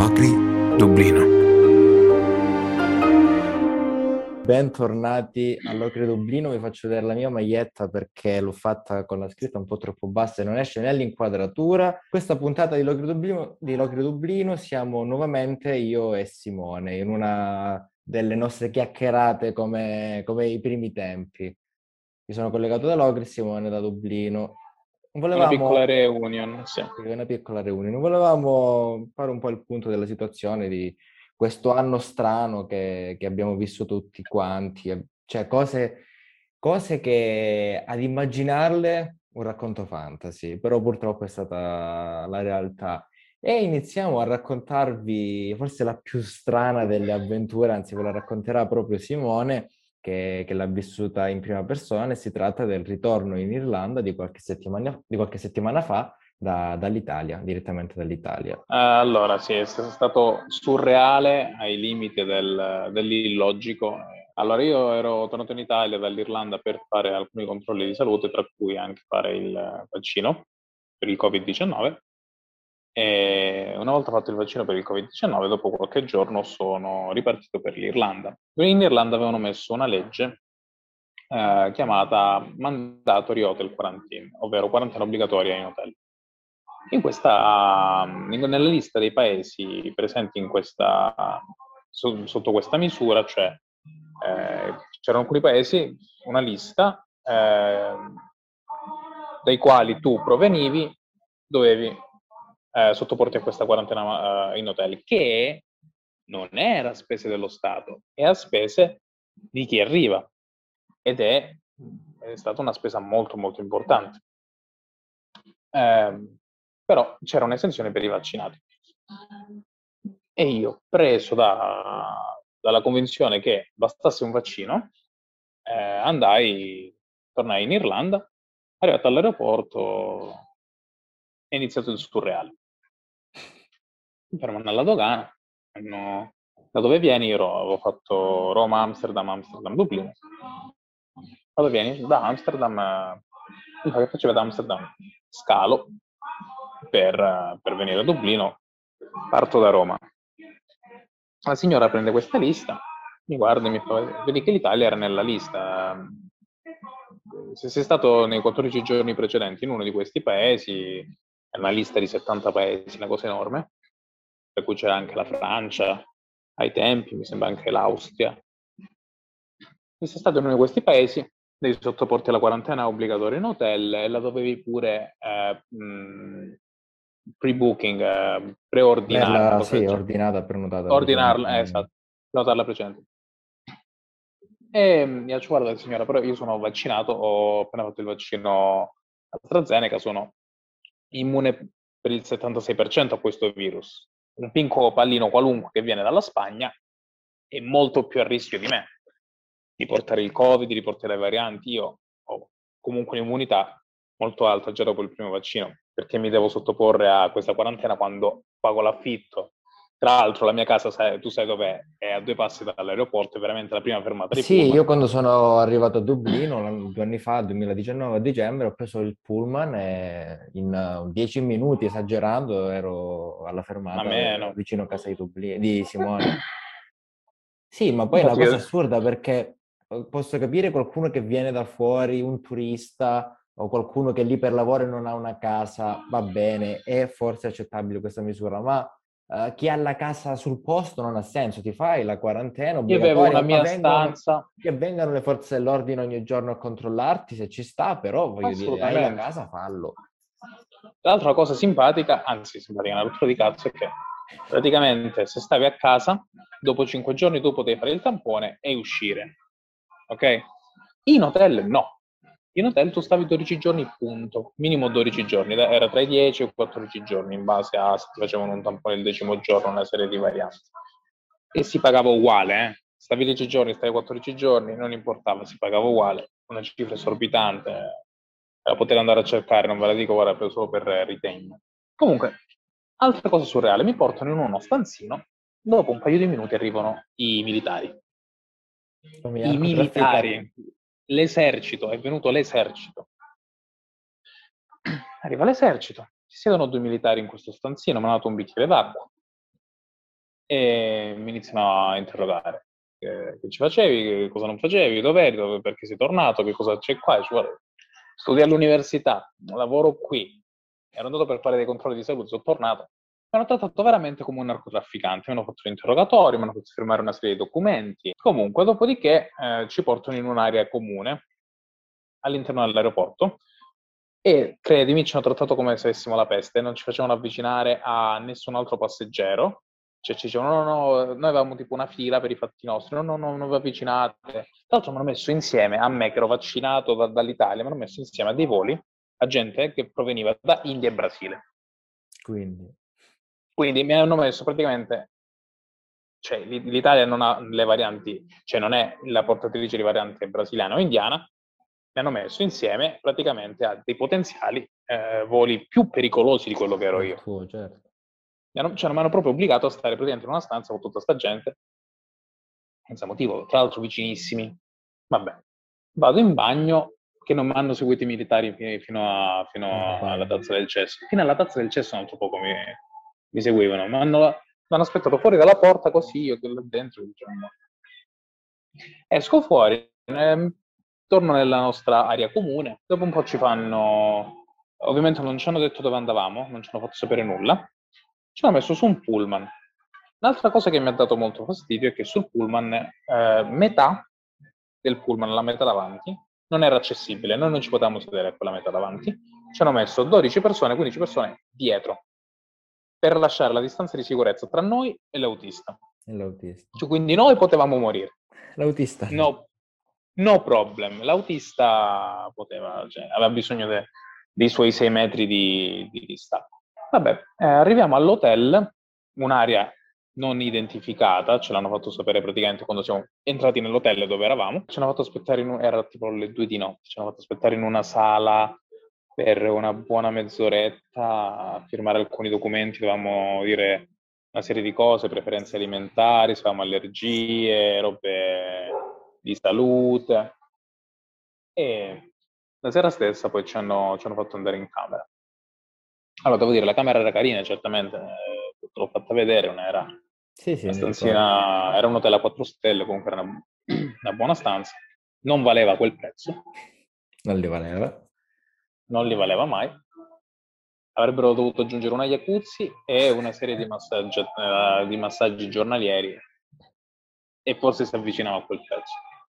Locri, Dublino. Bentornati all'Ocre Dublino, vi faccio vedere la mia maglietta perché l'ho fatta con la scritta un po' troppo bassa e non esce nell'inquadratura. Questa puntata di Locre Dublino siamo nuovamente io e Simone in una delle nostre chiacchierate come i primi tempi. Io sono collegato da Locre e Simone da Dublino. Una piccola Volevamo reunion, sì. una piccola riunione. Volevamo fare un po' il punto della situazione di questo anno strano che abbiamo vissuto tutti quanti, cioè cose che ad immaginarle un racconto fantasy, però purtroppo è stata la realtà. E iniziamo a raccontarvi forse la più strana delle avventure, anzi ve la racconterà proprio Simone, che l'ha vissuta in prima persona, e si tratta del ritorno in Irlanda di qualche settimana fa dall'Italia, direttamente dall'Italia. Allora, sì, è stato surreale ai limiti dell'illogico. Allora, io ero tornato in Italia dall'Irlanda per fare alcuni controlli di salute, tra cui anche fare il vaccino per il Covid-19. E una volta fatto il vaccino per il Covid-19, dopo qualche giorno sono ripartito per l'Irlanda. In Irlanda avevano messo una legge chiamata Mandatory Hotel Quarantine, ovvero quarantena obbligatoria in hotel. Nella lista dei paesi presenti sotto questa misura, cioè c'erano alcuni paesi, una lista dai quali tu provenivi, dovevi sottoporti a questa quarantena in hotel, che non era a spese dello Stato, è a spese di chi arriva, ed è stata una spesa molto molto importante. Però c'era un'esenzione per i vaccinati. E io, preso dalla convinzione che bastasse un vaccino, tornai in Irlanda, arrivato all'aeroporto, è iniziato il surreale. Mi fermano alla dogana, da dove vieni? Io avevo fatto Roma, Amsterdam, Dublino. Da dove vieni? Da Amsterdam. Che faceva da Amsterdam? Scalo per venire a Dublino, parto da Roma. La signora prende questa lista, mi guarda e mi fa: vedi che l'Italia era nella lista. Se sei stato nei 14 giorni precedenti in uno di questi paesi, è una lista di 70 paesi, una cosa enorme, per cui c'era anche la Francia, ai tempi, mi sembra anche l'Austria. Se sei stato in uno di questi paesi, devi sottoporti alla quarantena obbligatoria in hotel e la dovevi pure pre-booking, preordinare, una Averla, cosa sì, del genere. ordinata, prenotata Ordinarla, precedentemente. esatto, prenotarla precedente. E mi faccio: guarda signora, però io sono vaccinato, ho appena fatto il vaccino AstraZeneca, sono immune per il 76% a questo virus. Un piccolo pallino qualunque che viene dalla Spagna è molto più a rischio di me di portare il Covid, di portare le varianti. Io ho comunque un'immunità molto alta già dopo il primo vaccino, perché mi devo sottoporre a questa quarantena quando pago l'affitto. Tra l'altro la mia casa, tu sai dov'è, è a 2 passi dall'aeroporto, è veramente la prima fermata di Sì, pullman. io quando sono arrivato a Dublino 2 anni fa, 2019 a dicembre, ho preso il pullman e in 10 minuti, esagerando, ero alla A fermata me no. vicino a casa di Simone. Sì, ma poi è una Infatti, cosa assurda perché posso capire qualcuno che viene da fuori, un turista o qualcuno che è lì per lavoro e non ha una casa, va bene, è forse accettabile questa misura, ma chi ha la casa sul posto non ha senso, ti fai la quarantena io avevo una obbligatoria, ma mia stanza, che vengano le forze dell'ordine ogni giorno a controllarti se ci sta, però voglio dire, hai la assolutamente. casa, fallo. L'altra cosa simpatica, anzi simpatica, una rottura di cazzo, è che praticamente se stavi a casa, dopo 5 giorni tu potevi fare il tampone e uscire. Ok? In hotel no. In hotel tu stavi 12 giorni, punto. Minimo 12 giorni. Era tra i 10 e i 14 giorni, in base a se ti facevano un tampone il 10° giorno, una serie di varianti. E si pagava uguale, eh? Stavi 10 giorni, stavi 14 giorni, non importava, si pagava uguale. Una cifra esorbitante. La potete andare a cercare, non ve la dico, guarda, solo per ritegno. Comunque, altra cosa surreale, mi portano in uno stanzino, dopo un paio di minuti arrivano i militari. Come I militari, narcotrafficanti. l'esercito, è venuto l'esercito. Arriva l'esercito, si siedono 2 militari in questo stanzino, mi hanno dato un bicchiere d'acqua. e mi iniziano a interrogare. Che ci facevi, che cosa non facevi, dov'eri, perché sei tornato, che cosa c'è qua? Studi all'università, lavoro qui, ero andato per fare dei controlli di salute, sono tornato. Mi hanno trattato veramente come un narcotrafficante, mi hanno fatto l'interrogatorio, mi hanno fatto firmare una serie di documenti. Comunque, dopodiché ci portano in un'area comune all'interno dell'aeroporto e credimi, ci hanno trattato come se avessimo la peste, non ci facevano avvicinare a nessun altro passeggero. Cioè ci dicevano, no, no, noi avevamo tipo una fila per i fatti nostri, no, no, no, non vi avvicinate. Tra l'altro mi hanno messo insieme, a me che ero vaccinato dall'Italia, mi hanno messo insieme a dei voli a gente che proveniva da India e Brasile. Quindi mi hanno messo praticamente, cioè l'Italia non ha le varianti, cioè non è la portatrice di variante brasiliana o indiana, mi hanno messo insieme praticamente a dei potenziali voli più pericolosi di quello che ero io. Tuo, certo. Mi hanno proprio obbligato a stare praticamente in una stanza con tutta sta gente, senza motivo, tra l'altro vicinissimi. Vabbè, vado in bagno, che non mi hanno seguito i militari fino alla tazza del cesso. Fino alla tazza del cesso un altro poco mi seguivano, ma mi hanno aspettato fuori dalla porta così, io che là dentro, diciamo. Esco fuori, torno nella nostra area comune, dopo un po' ci fanno, ovviamente non ci hanno detto dove andavamo, non ci hanno fatto sapere nulla, ci hanno messo su un pullman. Un'altra cosa che mi ha dato molto fastidio è che sul pullman, metà del pullman, la metà davanti, non era accessibile, noi non ci potevamo sedere a quella metà davanti, ci hanno messo 12 persone, 15 persone dietro, per lasciare la distanza di sicurezza tra noi e l'autista. Cioè, quindi noi potevamo morire. L'autista No problem. L'autista cioè, aveva bisogno dei suoi 6 metri di distacco. Vabbè, arriviamo all'hotel, un'area non identificata, ce l'hanno fatto sapere praticamente quando siamo entrati nell'hotel dove eravamo. Ci hanno fatto aspettare, era tipo le 2 di notte, ci hanno fatto aspettare in una sala per una buona mezz'oretta a firmare alcuni documenti, dovevamo dire una serie di cose, preferenze alimentari, se avevamo allergie, robe di salute. E la sera stessa poi ci hanno fatto andare in camera. Allora, devo dire, la camera era carina, certamente, te l'ho fatta vedere, non era sì, una mi ricordo. stanzina, era un hotel a 4 stelle, comunque era una buona stanza, non valeva quel prezzo, Non li valeva. non li valeva mai. Avrebbero dovuto aggiungere una jacuzzi e una serie di massaggi giornalieri e forse si avvicinava a quel prezzo.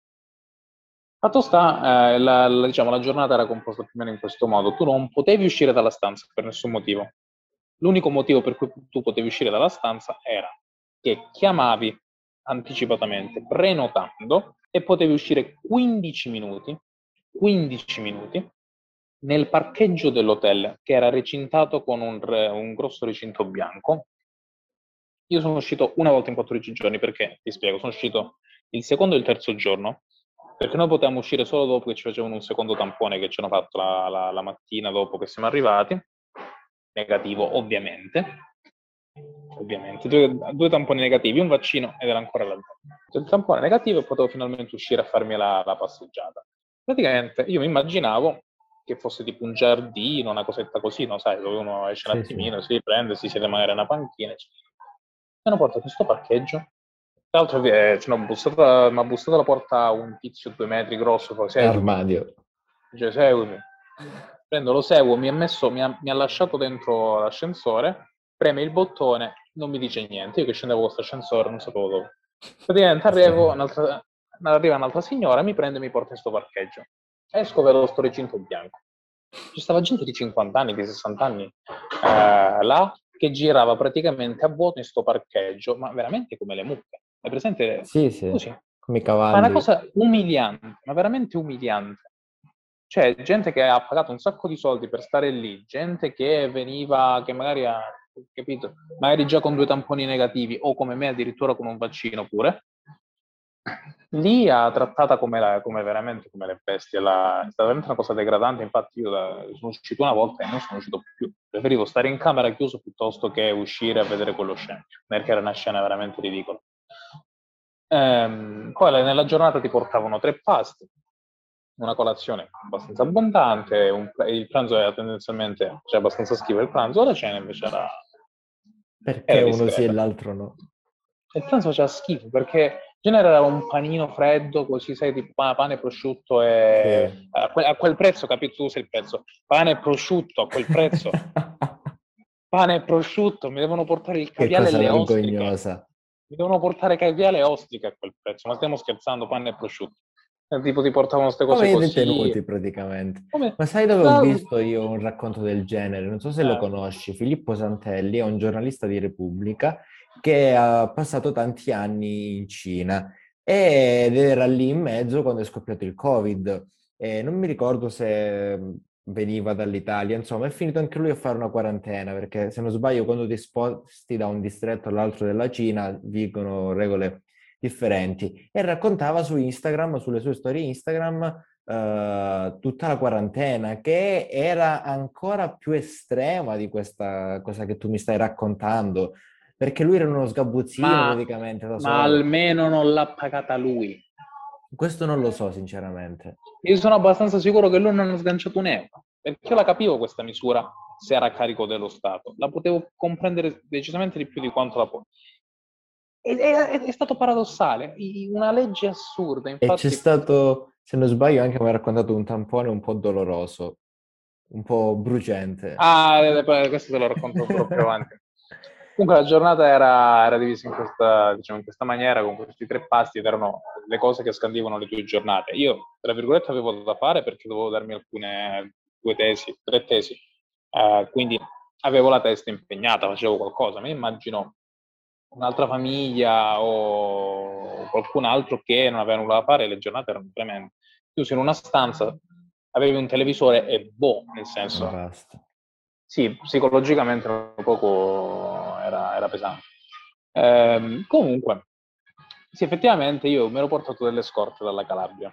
Fatto sta, diciamo, la giornata era composta più o meno in questo modo. Tu non potevi uscire dalla stanza per nessun motivo. L'unico motivo per cui tu potevi uscire dalla stanza era che chiamavi anticipatamente, prenotando, e potevi uscire 15 minuti nel parcheggio dell'hotel, che era recintato con un grosso recinto bianco. Io sono uscito una volta in 14 giorni, perché, ti spiego, sono uscito il secondo e il terzo giorno, perché noi potevamo uscire solo dopo che ci facevano un secondo tampone che ci hanno fatto la mattina dopo che siamo arrivati, negativo ovviamente, due tamponi negativi, un vaccino ed era ancora là dentro. Il tampone negativo e potevo finalmente uscire a farmi la passeggiata. Praticamente io mi immaginavo che fosse tipo un giardino, una cosetta così, no, sai, dove uno esce un attimino, si riprende, si siede magari in una panchina, eccetera. Mi hanno portato a questo parcheggio. Tra l'altro mi ha bussato alla porta un tizio 2 metri grosso, poi seguimi. Armadio. Dice, seguimi. Prendo, lo seguo, mi ha lasciato dentro l'ascensore, preme il bottone, non mi dice niente. Io che scendevo con questo ascensore, non sapevo dove. Praticamente arriva un'altra signora, mi prende e mi porta in questo parcheggio. Esco, vedo sto recinto bianco. Ci stava gente di 50 anni, di 60 anni là, che girava praticamente a vuoto in sto parcheggio, ma veramente come le mucche. È presente? Sì, Così. come i Ma è una cavalli. cosa umiliante, ma veramente umiliante. Cioè, gente che ha pagato un sacco di soldi per stare lì, gente che veniva, che magari ha, capito, magari già con 2 tamponi negativi o come me addirittura con un vaccino pure, lì ha trattata come veramente come le bestie. È stata veramente una cosa degradante. Infatti io sono uscito una volta e non sono uscito più. Preferivo stare in camera chiuso piuttosto che uscire a vedere quello scempio, perché era una scena veramente ridicola. Poi nella giornata ti portavano 3 pasti, una colazione abbastanza abbondante, il pranzo era tendenzialmente, cioè abbastanza schifo il pranzo, la cena invece era Perché uno sì e discreta. l'altro no? il pranzo faceva schifo perché in genere era un panino freddo, così sai, tipo pane, prosciutto e Sì. a quel prezzo, capito? Tu sei il prezzo. Pane e prosciutto a quel prezzo. Pane e prosciutto, mi devono portare il Che caviale e cosa le ostriche. vergognosa. Mi devono portare caviale e ostriche a quel prezzo. Ma stiamo scherzando, pane e prosciutto. Tipo ti portavano queste cose Come i così. detenuti praticamente. Come? Ma sai dove ho Da- visto io un racconto del genere? Non so se lo eh, conosci. Filippo Santelli è un giornalista di Repubblica che ha passato tanti anni in Cina ed era lì in mezzo quando è scoppiato il Covid. E non mi ricordo se veniva dall'Italia, insomma, è finito anche lui a fare una quarantena perché se non sbaglio quando ti sposti da un distretto all'altro della Cina vigono regole differenti e raccontava su Instagram, sulle sue storie Instagram, tutta la quarantena che era ancora più estrema di questa cosa che tu mi stai raccontando, perché lui era uno sgabuzzino ma, praticamente da ma solo. almeno non l'ha pagata lui. Questo non lo so, sinceramente. Io sono abbastanza sicuro che lui non ha sganciato un euro, perché io la capivo questa misura se era a carico dello Stato, la potevo comprendere decisamente di più di quanto la può. È stato paradossale, una legge assurda, E c'è infatti. stato, se non sbaglio, anche mi ha raccontato un tampone un po' doloroso, un po' bruciente. Ah, questo te lo racconto un po' più avanti. Comunque la giornata era divisa in questa, diciamo, in questa maniera, con questi tre pasti, ed erano le cose che scandivano le tue giornate. Io, tra virgolette, avevo da fare perché dovevo darmi alcune, tre tesi, quindi avevo la testa impegnata, facevo qualcosa. Mi immagino un'altra famiglia o qualcun altro che non aveva nulla da fare, le giornate erano tremende. Chiuso in una stanza, avevi un televisore e boh, nel E senso, basta. sì, psicologicamente un poco era pesante. Comunque, sì, effettivamente io mi ero portato delle scorte dalla Calabria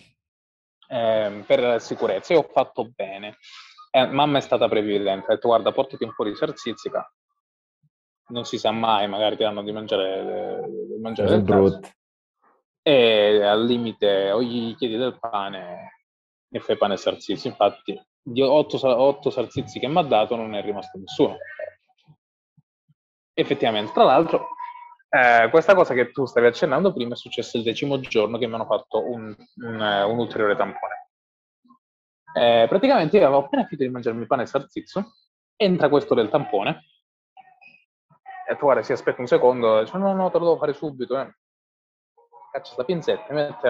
per sicurezza e ho fatto bene. Mamma è stata previdente, ha detto guarda portati un po' di salsiccia, non si sa mai, magari ti danno di mangiare Cose del cazzo, brutte. e al limite o gli chiedi del pane e fai pane e salsiccia. Infatti di otto salsicci che mi ha dato non è rimasto nessuno. Effettivamente, tra l'altro, questa cosa che tu stavi accennando prima è successo il 10° giorno che mi hanno fatto un ulteriore tampone. Praticamente io avevo appena finito di mangiarmi il pane e salsiccio, entra questo del tampone, e tu guarda, si aspetta un secondo, dice no, no, te lo devo fare subito. Caccia sta pinzetta, mette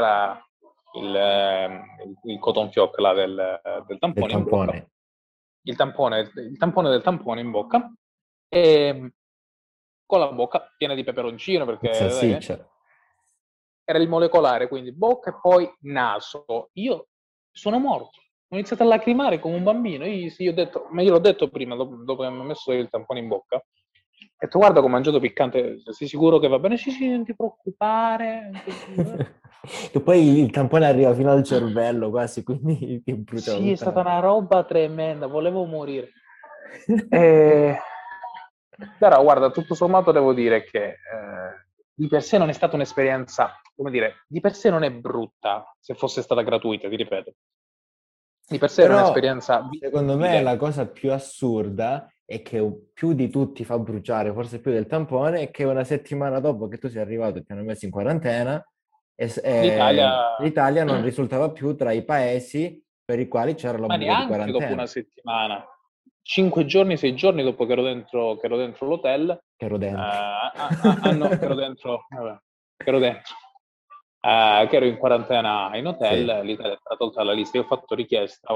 il cotton fioc là del Del tampone in bocca, tampone. il tampone del tampone in bocca, e con la bocca piena di peperoncino, perché Salsiccia. era il molecolare, quindi bocca e poi naso. Io sono morto, ho iniziato a lacrimare come un bambino. Io ho detto, ma io l'ho detto prima, dopo che mi ho messo il tampone in bocca, ho detto guarda come ho mangiato piccante, sei sicuro che va bene? Sì, sì, non ti preoccupare. Che poi il tampone arriva fino al cervello quasi, quindi ti brucia Sì, è tutta stata la... una roba tremenda, volevo morire. E... Però, guarda, tutto sommato devo dire che di per sé non è stata un'esperienza, come dire, di per sé non è brutta, se fosse stata gratuita, ti ripeto. Di per sé era Però, un'esperienza secondo me, vivibile. la cosa più assurda e che più di tutti fa bruciare, forse più del tampone, è che una settimana dopo che tu sei arrivato e ti hanno messo in quarantena, L'Italia, l'Italia non risultava più tra i paesi per i quali c'era ma l'obbligo di neanche dopo quarantena. una settimana, 5 giorni, 6 giorni dopo che ero dentro l'hotel, Che ero dentro. che ero dentro, vabbè, che ero dentro, che ero in quarantena in hotel, Sì. l'Italia è stata tolta dalla lista. Io ho fatto richiesta,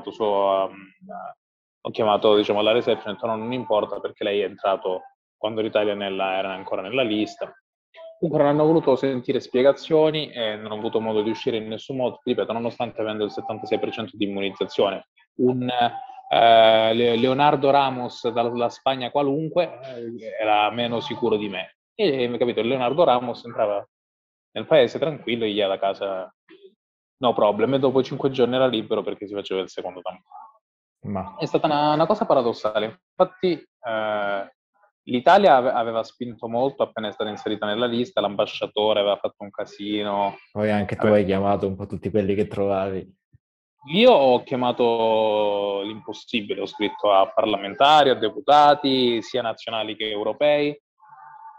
ho chiamato diciamo, la reception, ho detto no, non importa perché lei è entrato quando l'Italia era ancora nella lista. Comunque non hanno voluto sentire spiegazioni e non ho avuto modo di uscire in nessun modo, ripeto, nonostante avendo il 76% di immunizzazione. Un Leonardo Ramos dalla Spagna qualunque era meno sicuro di me. E capito, Leonardo Ramos entrava nel paese tranquillo e gli da casa no problem. E dopo 5 giorni era libero perché si faceva il secondo tampone. Ma È stata una cosa paradossale. Infatti, l'Italia aveva spinto molto appena è stata inserita nella lista, l'ambasciatore aveva fatto un casino. poi anche tu aveva- hai chiamato un po' tutti quelli che trovavi. Io ho chiamato l'impossibile, ho scritto a parlamentari, a deputati, sia nazionali che europei,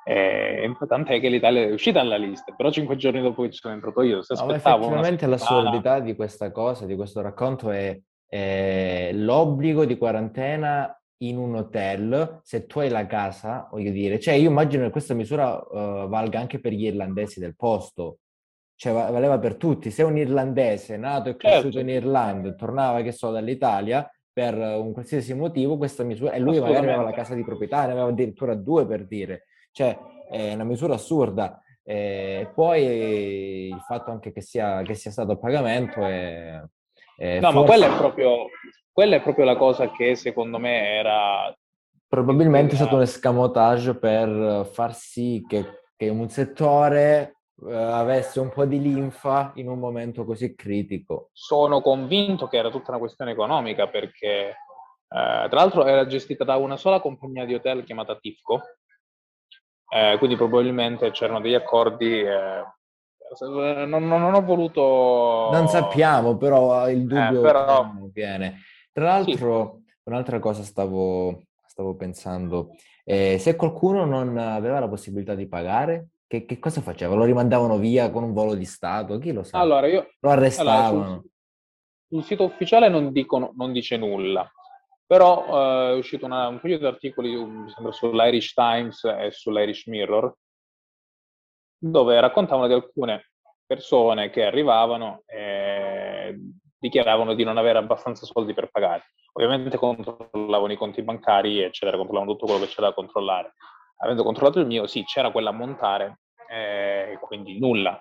Tant'è che l'Italia è uscita dalla lista, però 5 giorni dopo che ci sono entrato io, se No, ma aspettavo una effettivamente settimana, l'assurdità di questa cosa, di questo racconto è l'obbligo di quarantena in un hotel se tu hai la casa, voglio dire. Cioè, io immagino che questa misura valga anche per gli irlandesi del posto, cioè valeva per tutti. Se un irlandese nato e cresciuto in certo, Irlanda tornava, che so, dall'Italia per un qualsiasi motivo, questa misura, e lui magari aveva la assolutamente. casa di proprietà, ne aveva addirittura due per dire, cioè è una misura assurda. E poi il fatto anche che sia stato a pagamento è No, ma forse quella è proprio la cosa che secondo me era probabilmente è stato un escamotage per far sì che un settore avesse un po' di linfa in un momento così critico. sono convinto che era tutta una questione economica perché tra l'altro era gestita da una sola compagnia di hotel chiamata Tifco, quindi probabilmente c'erano degli accordi. Non ho Non voluto, sappiamo, però il dubbio però viene. Tra sì. l'altro, un'altra cosa stavo pensando, se qualcuno non aveva la possibilità di pagare, che cosa faceva? Lo rimandavano via con un volo di Stato? Chi lo sa? Allora, Lo allora, arrestavano? sul sito ufficiale non dice nulla, però è uscito un paio di articoli, mi sembra sull'Irish Times e sull'Irish Mirror, dove raccontavano di alcune persone che arrivavano e dichiaravano di non avere abbastanza soldi per pagare. Ovviamente controllavano i conti bancari, eccetera, controllavano tutto quello che c'era da controllare. Avendo controllato il mio, sì, c'era quella a montare, quindi nulla.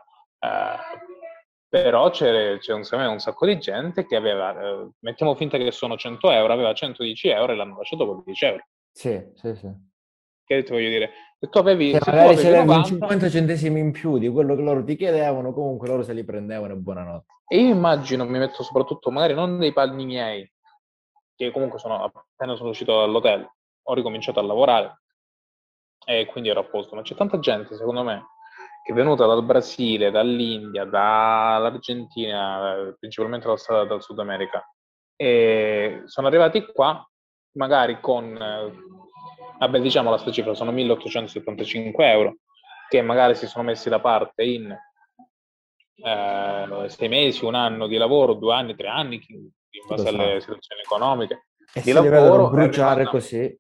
Però c'è un sacco di gente che aveva, mettiamo finta che sono 100 euro, aveva 110 euro e l'hanno lasciato con 10 euro. Sì, sì, sì. Che ti voglio dire? Cioè, Se tu magari avevi c'avevi un 90, 50 centesimi in più di quello che loro ti chiedevano, comunque loro se li prendevano e buonanotte. e io immagino, mi metto soprattutto, magari non dei panni miei, che comunque appena sono uscito dall'hotel, ho ricominciato a lavorare e quindi ero a posto, ma c'è tanta gente, secondo me, che è venuta dal Brasile, dall'India, dall'Argentina, principalmente dal Sud America, e sono arrivati qua magari con, vabbè diciamo la sta cifra, sono 1875 euro, che magari si sono messi da parte in 6 mesi, un anno di lavoro, 2 anni, 3 anni, in Chi lo base sa? alle situazioni economiche E di se li vedono lavoro, e bruciare rimangono così,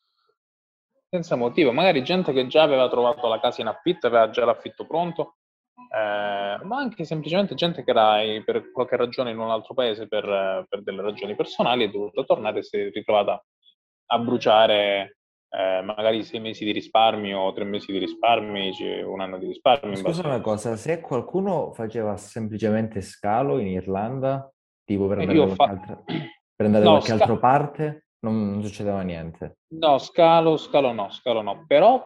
senza motivo. Magari gente che già aveva trovato la casa in affitto, aveva già l'affitto pronto, ma anche semplicemente gente che era per qualche ragione in un altro paese, per delle ragioni personali, è dovuta tornare e si è ritrovata a bruciare magari 6 mesi di risparmio, o 3 mesi di risparmi, un anno di risparmio in scusa base. una cosa, se qualcuno faceva semplicemente scalo in Irlanda, tipo per andare Io da ho qualche fatto. altra, per andare da No, qualche altra parte, non succedeva niente. no, scalo no. Però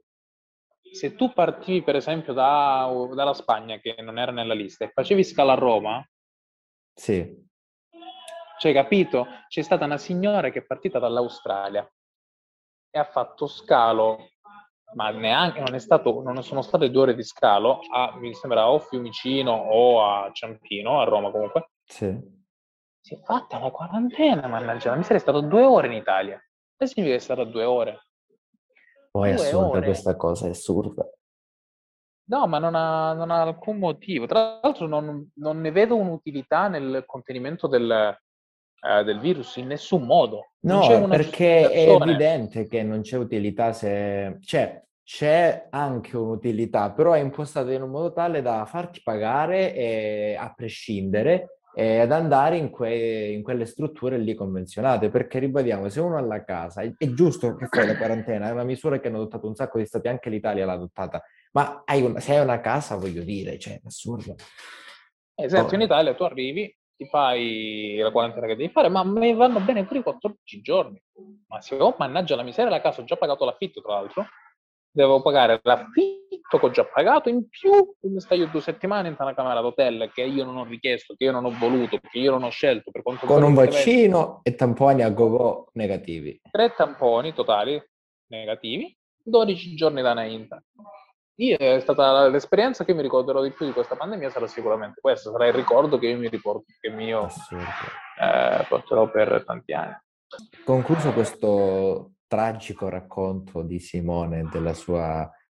se tu partivi per esempio dalla Spagna, che non era nella lista, e facevi scalo a Roma, Sì, cioè capito? C'è stata una signora che è partita dall'Australia e ha fatto scalo, ma neanche, non sono state 2 ore di scalo, mi sembra o Fiumicino o a Ciampino, a Roma comunque. sì. Si è fatta la quarantena, mannaggia, la miseria è stato 2 ore in Italia. Che significa che è stata 2 ore? Poi è Due assurda ore? questa cosa, è assurda. No, ma non ha alcun motivo. Tra l'altro non ne vedo un'utilità nel contenimento del virus in nessun modo. Non c'è No, una perché è giustificazione. evidente che non c'è utilità se... Cioè, c'è anche un'utilità, però è impostata in un modo tale da farti pagare a prescindere e ad andare in quelle strutture lì convenzionate, perché ribadiamo, se uno ha la casa, è giusto che fai la quarantena, è una misura che hanno adottato un sacco di stati, anche l'Italia l'ha adottata, ma se hai una casa, voglio dire, cioè, è assurdo. Esatto, in Oh, Italia tu arrivi, ti fai la quarantena che devi fare, ma mi vanno bene pure i 14 giorni. Ma se oh, mannaggia la miseria, la casa ho già pagato l'affitto, tra l'altro. Devo pagare l'affitto che ho già pagato, in più mi stai 2 settimane in una camera d'hotel che io non ho richiesto, che io non ho voluto, che io non ho scelto per quanto con un volete vedere. vaccino e tamponi a go-go negativi. 3 tamponi totali negativi, 12 giorni da Nainta. È stata l'esperienza che mi ricorderò di più di questa pandemia, sarà sicuramente questo, sarà il ricordo che io mi riporto, Assurdo. porterò per tanti anni. Concluso questo tragico racconto di Simone della sua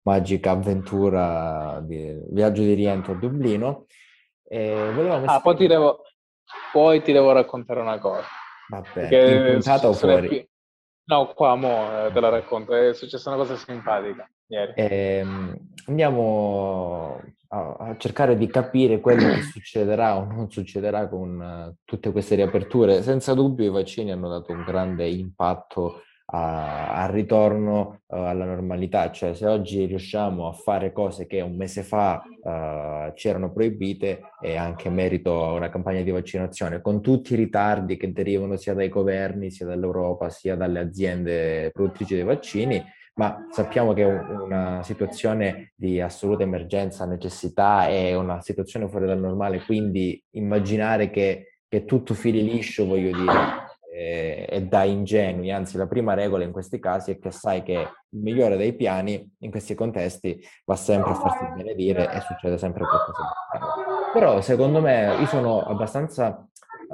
magica avventura di viaggio di rientro a Dublino. E volevamo Ah, esprimere, poi ti devo raccontare una cosa. va bene, in Perché è puntata o successo nel fuori? No, qua mo te la Ok. racconto. È successa una cosa simpatica ieri. Andiamo a cercare di capire quello che succederà o non succederà con tutte queste riaperture. Senza dubbio i vaccini hanno dato un grande impatto al ritorno alla normalità, cioè se oggi riusciamo a fare cose che un mese fa c'erano proibite è anche merito a una campagna di vaccinazione, con tutti i ritardi che derivano sia dai governi, sia dall'Europa, sia dalle aziende produttrici dei vaccini, ma sappiamo che è una situazione di assoluta emergenza, necessità, è una situazione fuori dal normale, quindi immaginare che tutto fili liscio, voglio dire, è da ingenui, anzi la prima regola in questi casi è che sai che il migliore dei piani in questi contesti va sempre a farsi benedire e succede sempre qualcosa di strano. Però secondo me io sono abbastanza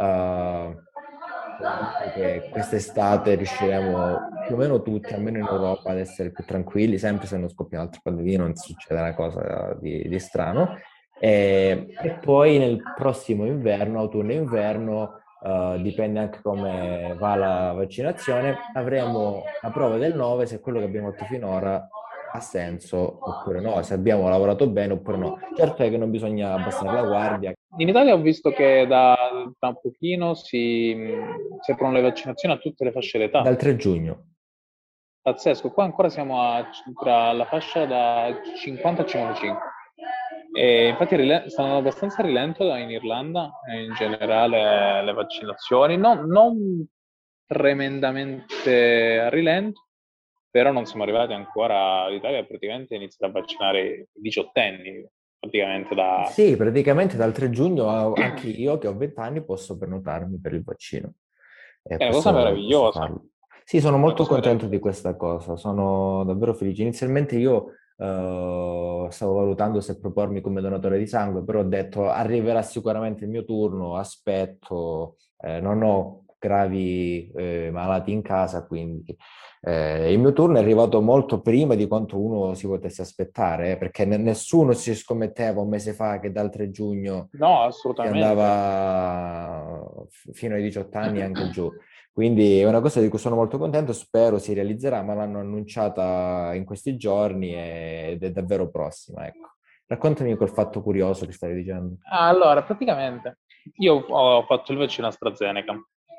convinto che quest'estate riusciremo più o meno tutti, almeno in Europa, ad essere più tranquilli, sempre se non scoppia un'altra pandemia, non succede una cosa di strano. E poi nel prossimo inverno, autunno e inverno, dipende anche come va la vaccinazione, avremo la prova del 9 se quello che abbiamo fatto finora ha senso oppure no, se abbiamo lavorato bene oppure no. Certo è che non bisogna abbassare la guardia. In Italia ho visto che da un pochino si aprono le vaccinazioni a tutte le fasce d'età. Dal 3 giugno. Pazzesco, qua ancora siamo tra la fascia da 50 a 55. E infatti stanno abbastanza a rilento in Irlanda e in generale le vaccinazioni, non tremendamente a rilento, però non siamo arrivati ancora, l'Italia praticamente inizia a vaccinare i diciottenni, praticamente da... Sì, praticamente dal 3 giugno anche io che ho 20 anni posso prenotarmi per il vaccino e È una cosa posso meravigliosa, farlo. Sì, sono una molto cosa contento di meravigliosa. questa cosa, sono davvero felice. Inizialmente io stavo valutando se propormi come donatore di sangue, però ho detto arriverà sicuramente il mio turno, aspetto, non ho gravi malati in casa, quindi il mio turno è arrivato molto prima di quanto uno si potesse aspettare, perché nessuno si scommetteva un mese fa che dal 3 giugno No, si assolutamente. andava fino ai 18 anni e anche giù. Quindi è una cosa di cui sono molto contento, spero si realizzerà, ma l'hanno annunciata in questi giorni ed è davvero prossima, ecco. Raccontami quel fatto curioso che stavi dicendo. Allora, praticamente, io ho fatto il vaccino AstraZeneca.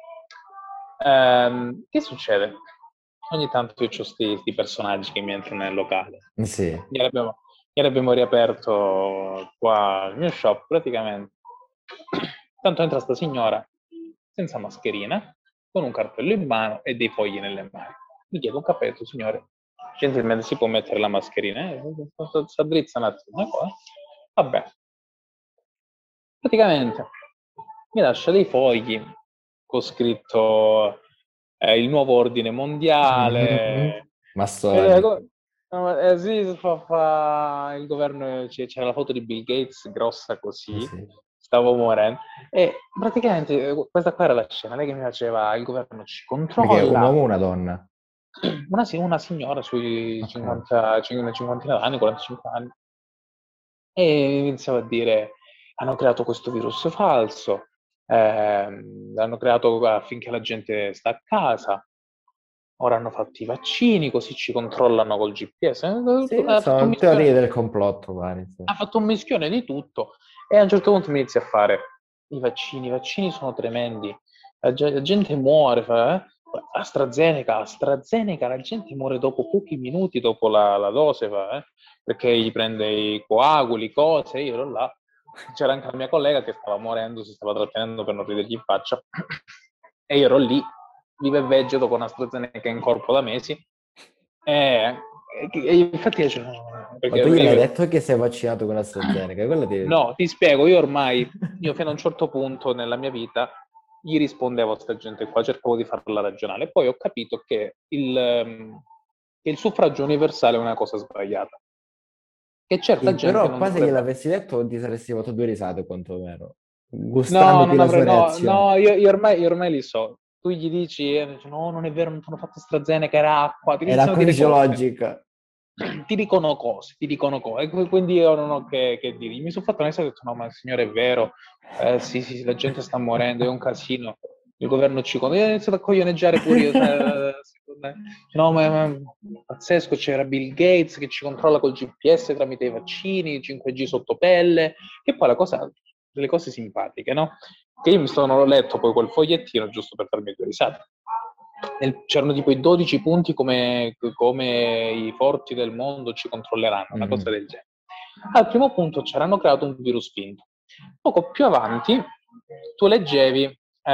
Che succede? Ogni tanto io ho questi personaggi che mi entrano nel locale. Sì, Ieri abbiamo riaperto qua il mio shop, praticamente. Tanto entra sta signora senza mascherina, con un cartello in mano e dei fogli nelle mani. Mi chiedo un cappello, signore, gentilmente si può mettere la mascherina? Si addrizza un attimo una cosa. Vabbè, praticamente mi lascia dei fogli con scritto il nuovo ordine mondiale. E massonico. no, sì, il governo, c'era la foto di Bill Gates grossa così, Sì. stavo morendo. E praticamente questa qua era la scena, lei che mi faceva, il governo ci Perché è un controlla, uomo o una donna? una signora sui Ok. 50, una cinquantina d'anni, 45 anni, e iniziava a dire, hanno creato questo virus falso, l'hanno creato affinché la gente sta a casa, ora hanno fatto i vaccini, così ci controllano col GPS. Sì, sono teorie del complotto, vari. Sì. Ha fatto un mischione di tutto e a un certo punto mi inizia a fare i vaccini sono tremendi, la gente muore, AstraZeneca, la gente muore dopo pochi minuti dopo la dose, perché gli prende i coaguli, cose, io ero là, c'era anche la mia collega che stava morendo, si stava trattenendo per non ridergli in faccia, e io ero lì, vivo e vegeto con AstraZeneca in corpo da mesi, e, e infatti io, Ma perché tu gliel'hai io detto che sei vaccinato con AstraZeneca? Quello ti... No, ti spiego, io fino a un certo punto nella mia vita gli rispondevo a questa gente qua, cercavo di farla ragionare, poi ho capito che il suffragio universale è una cosa sbagliata, che certa Sì, gente però non quasi dovrebbe... gliel'avessi detto ti saresti fatto due risate quantomeno, No, gustandoti non la avrei, sua no, reazione. no, io ormai li so. Tu gli dici, dice, no, non è vero, non sono fatto AstraZeneca, era acqua, ti Era iniziano a acqua dire cose. fisiologica. ti dicono cose, e quindi io non ho che dire. Mi sono fatto una e ho detto, no, ma signore, è vero, sì, sì, sì, la gente sta morendo, è un casino, il governo ci conta. Io ho iniziato a coglioneggiare pure io, secondo me. No, ma pazzesco, c'era Bill Gates che ci controlla col GPS tramite i vaccini, 5G sotto pelle, che poi la cosa, delle cose simpatiche, no? Che io mi sono letto poi quel fogliettino giusto per farmi due risate. C'erano tipo i 12 punti come i forti del mondo ci controlleranno, una cosa del genere. Al primo punto c'erano creato un virus finto. Poco più avanti tu leggevi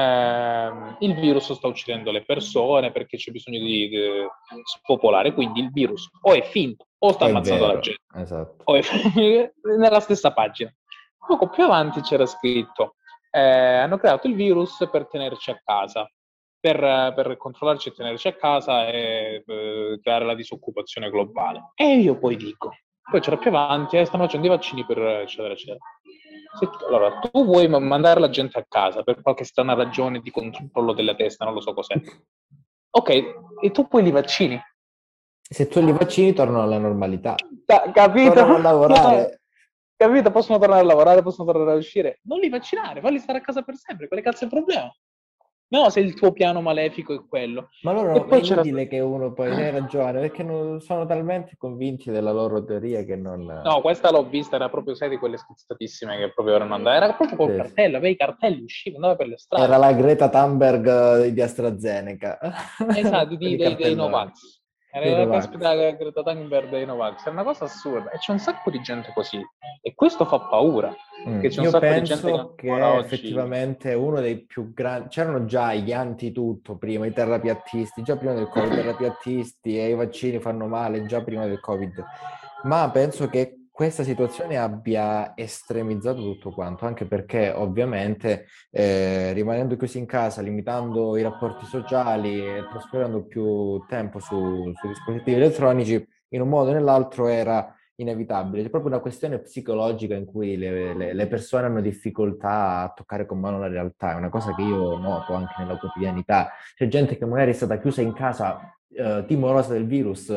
il virus sta uccidendo le persone perché c'è bisogno di spopolare, quindi il virus o è finto o sta È ammazzando la vero, gente, esatto. nella stessa pagina. Poco più avanti c'era scritto hanno creato il virus per tenerci a casa, per controllarci e tenerci a casa e creare la disoccupazione globale. E io poi dico, poi c'era più avanti, stanno facendo i vaccini per eccetera, eccetera. Allora, tu vuoi mandare la gente a casa per qualche strana ragione di controllo della testa, non lo so cos'è. Ok, e tu poi li vaccini. Se tu li vaccini tornano alla normalità, Capito? tornano a No, lavorare. capito? Possono tornare a lavorare, possono tornare a uscire. Non li vaccinare, falli stare a casa per sempre. Quale cazzo è il problema? No, se il tuo piano malefico è quello. Ma E loro è poi c'era... inutile che uno poi, hai ragione, perché sono talmente convinti della loro teoria che non... No, questa l'ho vista, era proprio, sai, di quelle schizzatissime che proprio erano andate. Era proprio col Sì, sì. cartello, avevi i cartelli, uscivano, andava per le Era strade. la Greta Thunberg di AstraZeneca, Esatto, con i dei cartelloni, Novax. dei Era la Novax. caspita Greta Thunberg dei Novax. Era una cosa assurda. E c'è un sacco di gente così. E questo fa paura. Che c'è un Io sacco di gente che penso ancora che oggi... effettivamente uno dei più grandi, c'erano già gli anti-tutto prima, i terapiattisti, già prima del Covid, i terapiattisti e i vaccini fanno male già prima del Covid, ma penso che questa situazione abbia estremizzato tutto quanto, anche perché ovviamente rimanendo chiusi in casa, limitando i rapporti sociali e trascorrendo più tempo sui dispositivi elettronici, in un modo o nell'altro era inevitabile. C'è proprio una questione psicologica in cui le persone hanno difficoltà a toccare con mano la realtà. È una cosa che io noto anche nella quotidianità. C'è gente che magari è stata chiusa in casa timorosa del virus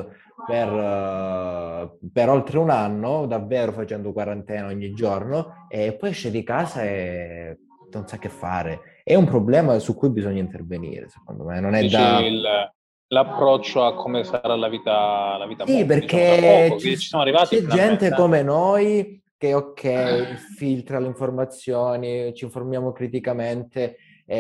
per oltre un anno, davvero facendo quarantena ogni giorno, e poi esce di casa e non sa che fare. È un problema su cui bisogna intervenire, secondo me. Non è Dici da... l'approccio a come sarà la vita Sì, boom, diciamo, tra perché poco, che ci siamo arrivati c'è gente finalmente. come noi che, ok, filtra le informazioni, ci informiamo criticamente,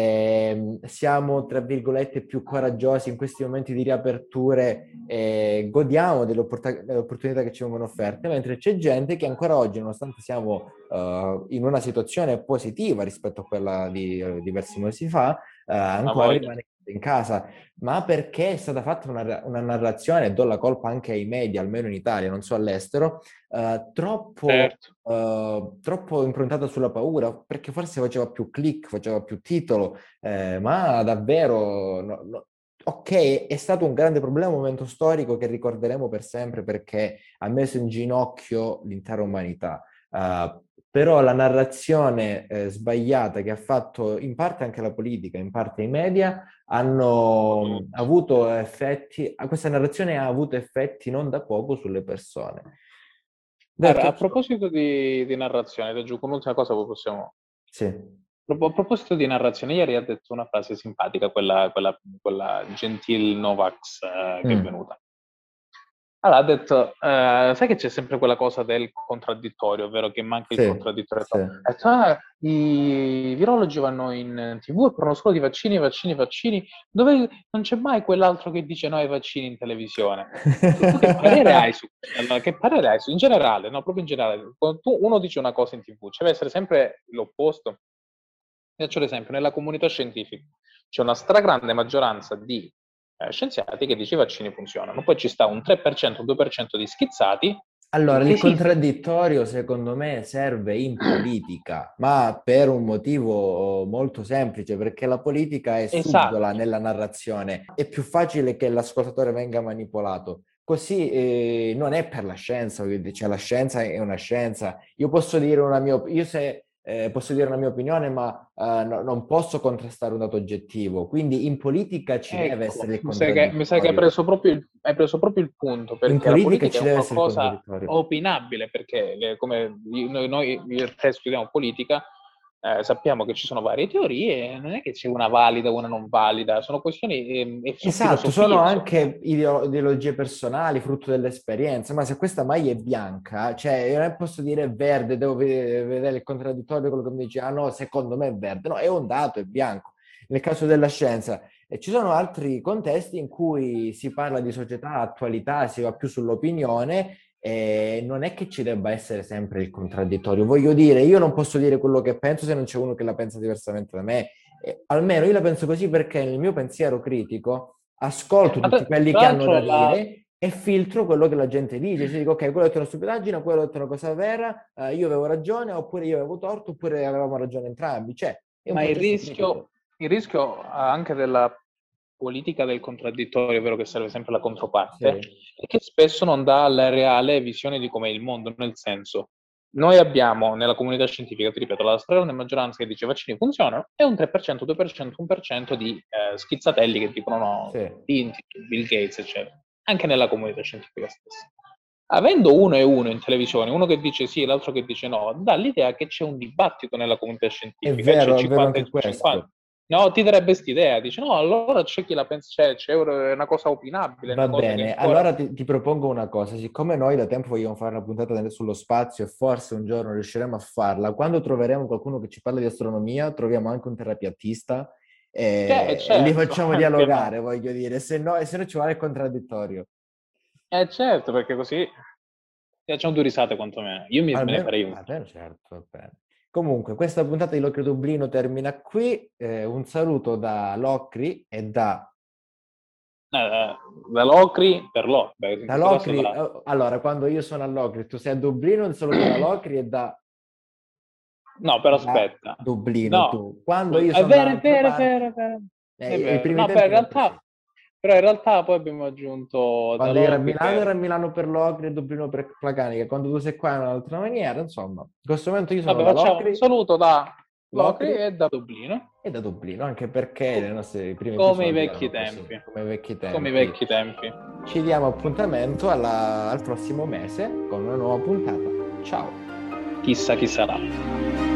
siamo, tra virgolette, più coraggiosi in questi momenti di riaperture, godiamo delle opportunità che ci vengono offerte, mentre c'è gente che ancora oggi, nonostante siamo in una situazione positiva rispetto a quella di diversi mesi fa, Una ancora voglia. rimane in casa, ma perché è stata fatta una narrazione, e do la colpa anche ai media, almeno in Italia, non so all'estero, Certo. troppo improntata sulla paura, perché forse faceva più click, faceva più titolo, ma davvero... Ok, è stato un grande problema, un momento storico che ricorderemo per sempre perché ha messo in ginocchio l'intera umanità. Però la narrazione sbagliata che ha fatto in parte anche la politica, in parte i media, hanno avuto effetti, questa narrazione ha avuto effetti non da poco sulle persone. Allora, Detto a ciò, proposito di narrazione, ti aggiungo un'ultima cosa, poi possiamo... sì. A proposito di narrazione, ieri ha detto una frase simpatica, quella Gentil Novax che è Mm, venuta. Allora, ha detto, sai che c'è sempre quella cosa del contraddittorio, ovvero che manca il sì, contraddittorio. sì. Ha detto, i virologi vanno in TV e parlano solo di vaccini, vaccini, vaccini, dove non c'è mai quell'altro che dice no ai vaccini in televisione. Tu che parere hai su allora, che parere hai su, in generale, no, proprio in generale, quando uno dice una cosa in TV, ci deve essere sempre l'opposto. Faccio l'esempio, nella comunità scientifica c'è una stragrande maggioranza di scienziati che dice i vaccini funzionano, poi ci sta un 3%, un 2% di schizzati Allora, che il sì, contraddittorio secondo me serve in politica, ma per un motivo molto semplice, perché la politica è subdola esatto, nella narrazione, è più facile che l'ascoltatore venga manipolato. Così non è per la scienza, voglio dire, cioè, la scienza è una scienza. Io posso dire una mia opinione, posso dire una mia opinione, ma non posso contrastare un dato oggettivo. Quindi in politica ci deve Ecco, essere il mi sa che hai contraddittorio. preso hai preso proprio il punto, In perché la politica politica ci è un deve essere il qualcosa contraddittorio. opinabile, perché come noi io e te studiamo politica, sappiamo che ci sono varie teorie, e non è che c'è una valida o una non valida, sono questioni, sono Esatto, sono filosofie. anche ideologie personali, frutto dell'esperienza, ma se questa maglia è bianca, cioè io non posso dire è verde, devo vedere il contraddittorio, quello che mi dice, ah no, secondo me è verde, no, è un dato, è bianco. Nel caso della scienza, e ci sono altri contesti in cui si parla di società, attualità, si va più sull'opinione e non è che ci debba essere sempre il contraddittorio. Voglio dire, io non posso dire quello che penso se non c'è uno che la pensa diversamente da me. Almeno io la penso così perché nel mio pensiero critico ascolto Ma tutti quelli tra che hanno da l'altro dire e filtro quello che la gente dice. Cioè dico, ok, quello ha detto una stupidaggine, quello ha detto una cosa vera, io avevo ragione, oppure io avevo torto, oppure avevamo ragione entrambi. Cioè, è un Ma processo critico. il rischio anche della politica del contraddittorio, ovvero che serve sempre la controparte, Sì. è che spesso non dà la reale visione di com'è il mondo, nel senso, noi abbiamo nella comunità scientifica, ti ripeto, la stragrande maggioranza che dice i vaccini funzionano e un 3%, 2%, 1% di schizzatelli che dicono no, Sì. finti, Bill Gates, eccetera, anche nella comunità scientifica stessa. Avendo uno e uno in televisione, uno che dice sì e l'altro che dice no, dà l'idea che c'è un dibattito nella comunità scientifica, c'è È vero 50 anche e 50. questo. No, ti darebbe quest'idea, dice no, allora c'è chi la pensa, è una cosa opinabile, è Va una cosa che bene, ancora... allora ti propongo una cosa, siccome noi da tempo vogliamo fare una puntata sullo spazio e forse un giorno riusciremo a farla, quando troveremo qualcuno che ci parla di astronomia, troviamo anche un terapeutista e li certo, facciamo anche no. dialogare, voglio dire, se no ci vuole il contraddittorio. Certo, perché così facciamo due risate quantomeno. Io me ne farei una. Almeno certo, va bene. Comunque, questa puntata di Locri Dublino termina qui. Un saluto da Locri e Da Locri per Locri, in da questo caso Locri. da... Allora, quando io sono a Locri, tu sei a Dublino, il saluto da Locri e No, però da aspetta. Dublino No, tu. Quando io è sono da vero, è un'altra vero, è vero, parte, è vero. È i vero. primi No, tempi erano così. però in realtà poi abbiamo aggiunto da Quando io Locri ero a che... Milano per Locri e Dublino per Placanica. Quando tu sei qua è un'altra maniera, insomma. In questo momento io sono Vabbè, da facciamo un Locri, saluto da Locri Locri e da Dublino. e da Dublino, anche perché i nostri primi Come i episodi vecchi erano così, tempi. come i vecchi Come i tempi. vecchi tempi. Ci diamo appuntamento al prossimo mese con una nuova puntata. Ciao! Chissà chi sarà.